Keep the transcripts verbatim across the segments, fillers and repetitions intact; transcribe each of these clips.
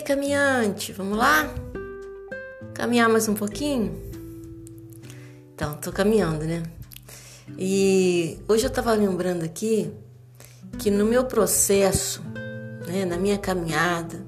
caminhante, vamos lá? Caminhar mais um pouquinho? Então, tô caminhando, né? E hoje eu tava lembrando aqui que no meu processo, né, na minha caminhada,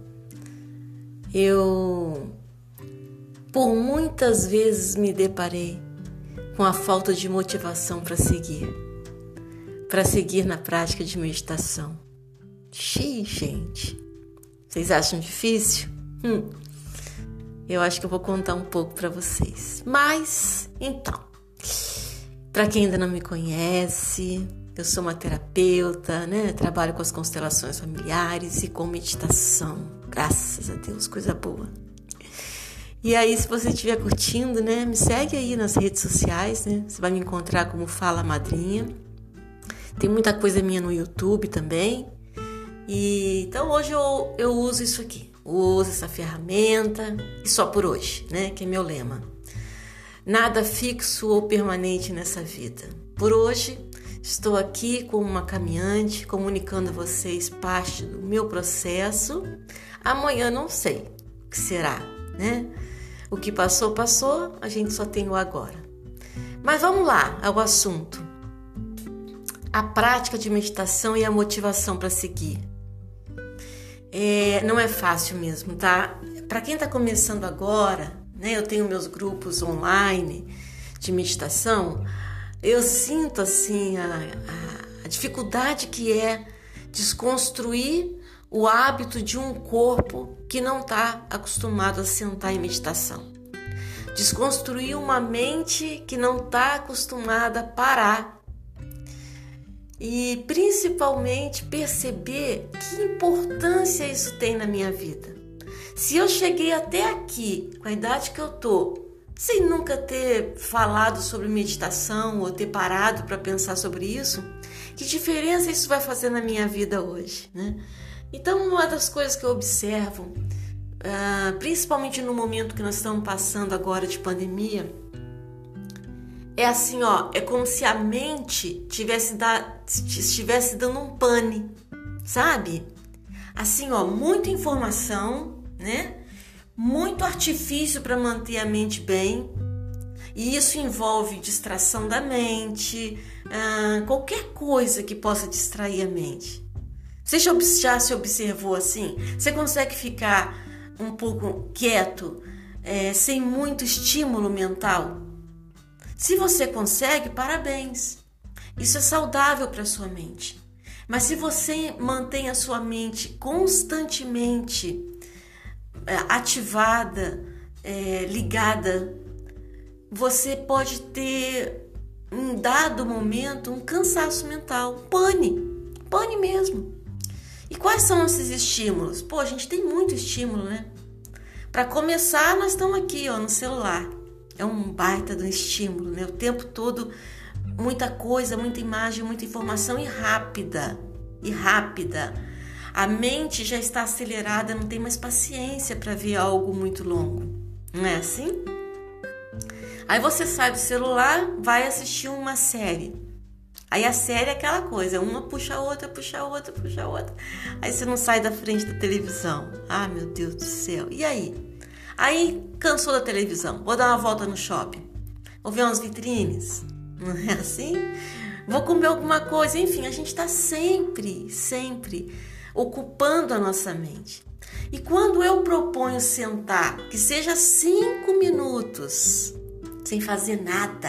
eu por muitas vezes me deparei com a falta de motivação para seguir, para seguir na prática de meditação. Xiii, gente, vocês acham difícil? Hum, eu acho que eu vou contar um pouco para vocês. Mas, então, para quem ainda não me conhece, eu sou uma terapeuta, né? Trabalho com as constelações familiares e com meditação. Graças a Deus, coisa boa. E aí, se você estiver curtindo, né? Me segue aí nas redes sociais, né? Você vai me encontrar como Fala Madrinha. Tem muita coisa minha no YouTube também. E então hoje eu, eu uso isso aqui. Uso essa ferramenta e só por hoje, né? Que é meu lema. Nada fixo ou permanente nessa vida. Por hoje, estou aqui como uma caminhante, comunicando a vocês parte do meu processo. Amanhã não sei o que será, né? O que passou, passou, a gente só tem o agora. Mas vamos lá ao assunto. A prática de meditação e a motivação para seguir. É, não é fácil mesmo, tá? Para quem está começando agora, né? Eu tenho meus grupos online de meditação. Eu sinto assim a, a, a dificuldade que é desconstruir o hábito de um corpo que não está acostumado a sentar em meditação. Desconstruir uma mente que não está acostumada a parar. E principalmente perceber que importância isso tem na minha vida. Se eu cheguei até aqui, com a idade que eu tô, sem nunca ter falado sobre meditação ou ter parado para pensar sobre isso, que diferença isso vai fazer na minha vida hoje, né? Então, uma das coisas que eu observo, uh, principalmente no momento que nós estamos passando agora de pandemia, é assim, ó, é como se a mente tivesse, da, estivesse dando um pane, sabe? Assim, ó, muita informação, né? Muito artifício para manter a mente bem. E isso envolve distração da mente, ah, qualquer coisa que possa distrair a mente. Você já se observou assim? Você consegue ficar um pouco quieto, é, sem muito estímulo mental? Se você consegue, parabéns. Isso é saudável para a sua mente. Mas se você mantém a sua mente constantemente é, ativada, é, ligada, você pode ter, em dado momento, um cansaço mental, um pane, pane mesmo. E quais são esses estímulos? Pô, a gente tem muito estímulo, né? Para começar, nós estamos aqui, ó, no celular. É um baita do estímulo, né? O tempo todo, muita coisa, muita imagem, muita informação e rápida. E rápida. A mente já está acelerada, não tem mais paciência para ver algo muito longo. Não é assim? Aí você sai do celular, vai assistir uma série. Aí a série é aquela coisa, uma puxa a outra, puxa a outra, puxa a outra. Aí você não sai da frente da televisão. Ah, meu Deus do céu. E aí? Aí cansou da televisão, vou dar uma volta no shopping, vou ver umas vitrines, não é assim? Vou comer alguma coisa, enfim, a gente está sempre, sempre ocupando a nossa mente. E quando eu proponho sentar, que seja cinco minutos, sem fazer nada,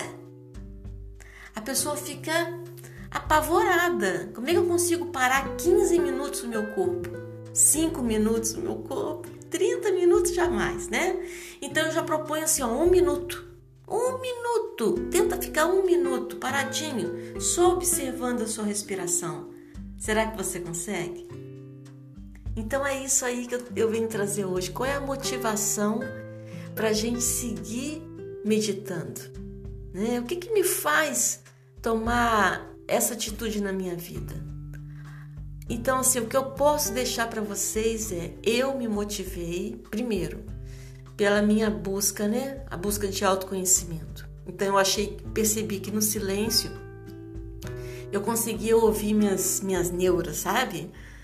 a pessoa fica apavorada. Como é que eu consigo parar quinze minutos no meu corpo? cinco minutos no meu corpo? trinta minutos jamais, né? Então eu já proponho assim, ó, um minuto. Um minuto. Tenta ficar um minuto paradinho, só observando a sua respiração. Será que você consegue? Então é isso aí que eu, eu venho trazer hoje. Qual é a motivação para a gente seguir meditando? Né? O que, que me faz tomar essa atitude na minha vida? Então, assim, o que eu posso deixar para vocês é, eu me motivei, primeiro, pela minha busca, né? A busca de autoconhecimento. Então, eu achei, percebi que no silêncio, eu conseguia ouvir minhas, minhas neuras, sabe?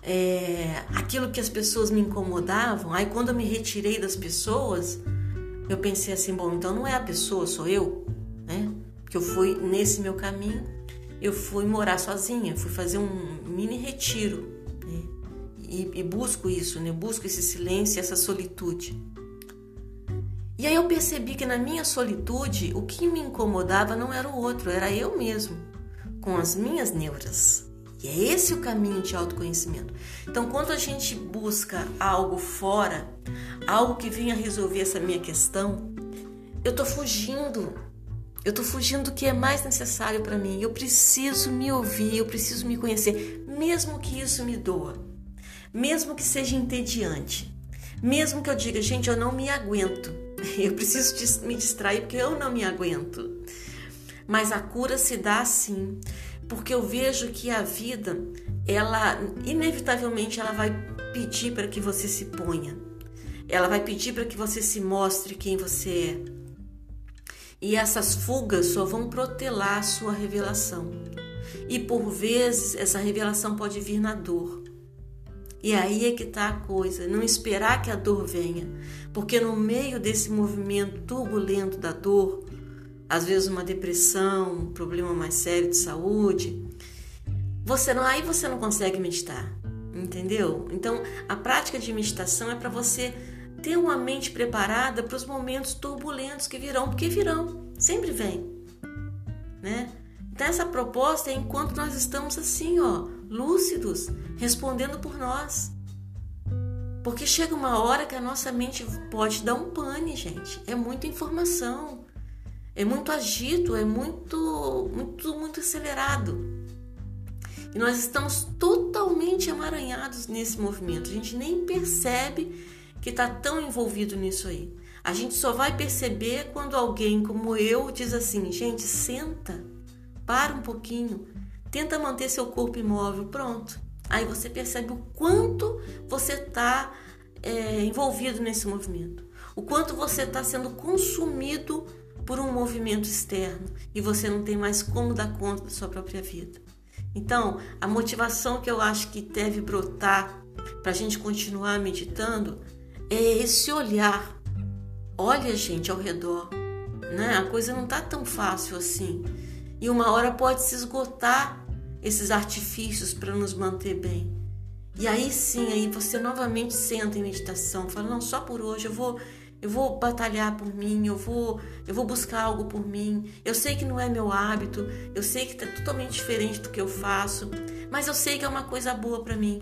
é, aquilo que as pessoas me incomodavam. Aí quando eu me retirei das pessoas, eu pensei assim, bom, então não é a pessoa, sou eu, né? Porque eu fui nesse meu caminho, eu fui morar sozinha, fui fazer um mini retiro, né? E, e busco isso, né? Busco esse silêncio, essa solitude. E aí eu percebi que na minha solitude, o que me incomodava não era o outro, era eu mesmo, com as minhas neuras. E é esse o caminho de autoconhecimento. Então, quando a gente busca algo fora, algo que venha resolver essa minha questão, eu tô fugindo. Eu tô fugindo do que é mais necessário para mim. Eu preciso me ouvir, eu preciso me conhecer, mesmo que isso me doa, mesmo que seja entediante, mesmo que eu diga, gente, eu não me aguento. Eu preciso me distrair porque eu não me aguento. Mas a cura se dá assim, porque eu vejo que a vida, ela inevitavelmente ela vai pedir para que você se ponha. Ela vai pedir para que você se mostre quem você é. E essas fugas só vão protelar a sua revelação. E por vezes essa revelação pode vir na dor. E aí é que está a coisa, não esperar que a dor venha, porque no meio desse movimento turbulento da dor, às vezes uma depressão, um problema mais sério de saúde, você não, aí você não consegue meditar, entendeu? Então a prática de meditação é para você ter uma mente preparada para os momentos turbulentos que virão, porque virão, sempre vem, né? Então essa proposta é enquanto nós estamos assim, ó, lúcidos, respondendo por nós. Porque chega uma hora que a nossa mente pode dar um pane, gente. É muita informação, é muito agito, é muito, muito, muito acelerado. E nós estamos totalmente emaranhados nesse movimento. A gente nem percebe que está tão envolvido nisso aí. A gente só vai perceber quando alguém como eu diz assim, gente, senta, para um pouquinho, tenta manter seu corpo imóvel, pronto. Aí você percebe o quanto você está é, envolvido nesse movimento, o quanto você está sendo consumido por um movimento externo e você não tem mais como dar conta da sua própria vida. Então, a motivação que eu acho que deve brotar para a gente continuar meditando é esse olhar. Olha, gente, ao redor, né? A coisa não está tão fácil assim. E uma hora pode se esgotar esses artifícios para nos manter bem. E aí sim, aí você novamente senta em meditação, fala, não, só por hoje eu vou, eu vou batalhar por mim, eu vou, eu vou buscar algo por mim. Eu sei que não é meu hábito, eu sei que está totalmente diferente do que eu faço, mas eu sei que é uma coisa boa para mim.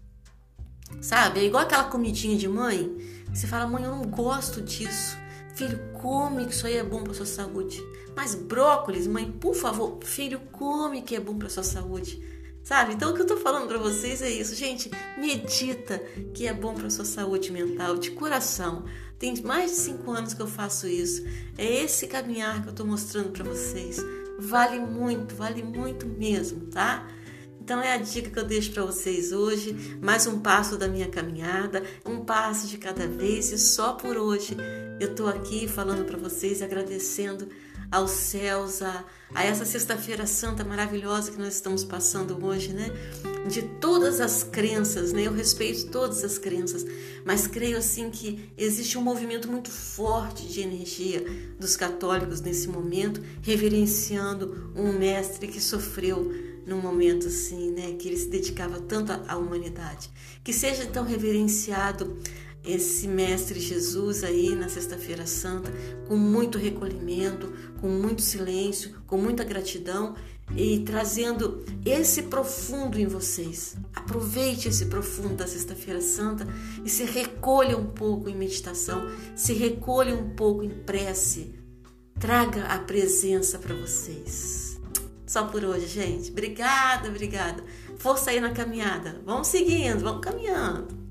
Sabe? É igual aquela comidinha de mãe, você fala, mãe, eu não gosto disso. Filho, come que isso aí é bom para sua saúde. Mas brócolis, mãe, por favor, filho, come que é bom para sua saúde. Sabe? Então o que eu tô falando para vocês é isso, gente, medita que é bom para sua saúde mental, de coração. Tem mais de cinco anos que eu faço isso. É esse caminhar que eu tô mostrando para vocês. Vale muito, vale muito mesmo, tá? Então é a dica que eu deixo para vocês hoje, mais um passo da minha caminhada, um passo de cada vez, e só por hoje eu estou aqui falando para vocês, agradecendo aos céus, a, a essa sexta-feira santa maravilhosa que nós estamos passando hoje, né? De todas as crenças, né? Eu respeito todas as crenças, mas creio assim que existe um movimento muito forte de energia dos católicos nesse momento, reverenciando um mestre que sofreu num momento assim, né, que ele se dedicava tanto à humanidade. Que seja então reverenciado esse Mestre Jesus aí na Sexta-feira Santa, com muito recolhimento, com muito silêncio, com muita gratidão e trazendo esse profundo em vocês. Aproveite esse profundo da Sexta-feira Santa e se recolha um pouco em meditação, se recolha um pouco em prece. Traga a presença para vocês. Só por hoje, gente. Obrigada, obrigada. Força aí na caminhada. Vamos seguindo, vamos caminhando.